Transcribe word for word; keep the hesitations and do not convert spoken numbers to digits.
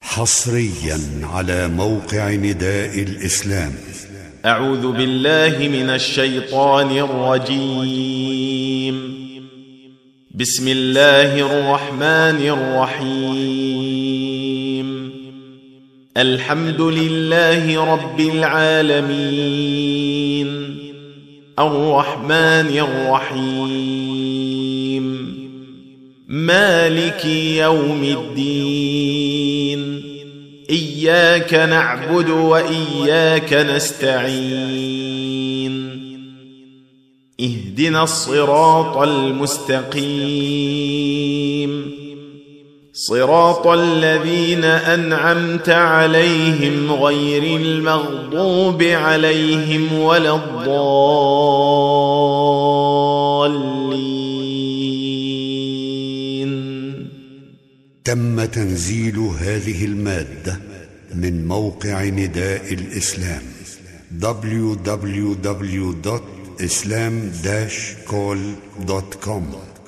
حصريا على موقع نداء الإسلام. أعوذ بالله من الشيطان الرجيم. بسم الله الرحمن الرحيم. الحمد لله رب العالمين الرحمن الرحيم مالك يوم الدين. إياك نعبد وإياك نستعين. اهدنا الصراط المستقيم صراط الذين أنعمت عليهم غير المغضوب عليهم ولا الضالين. تم تنزيل هذه المادة من موقع نداء الإسلام دبليو دبليو دبليو دوت إسلام داش كول دوت كوم.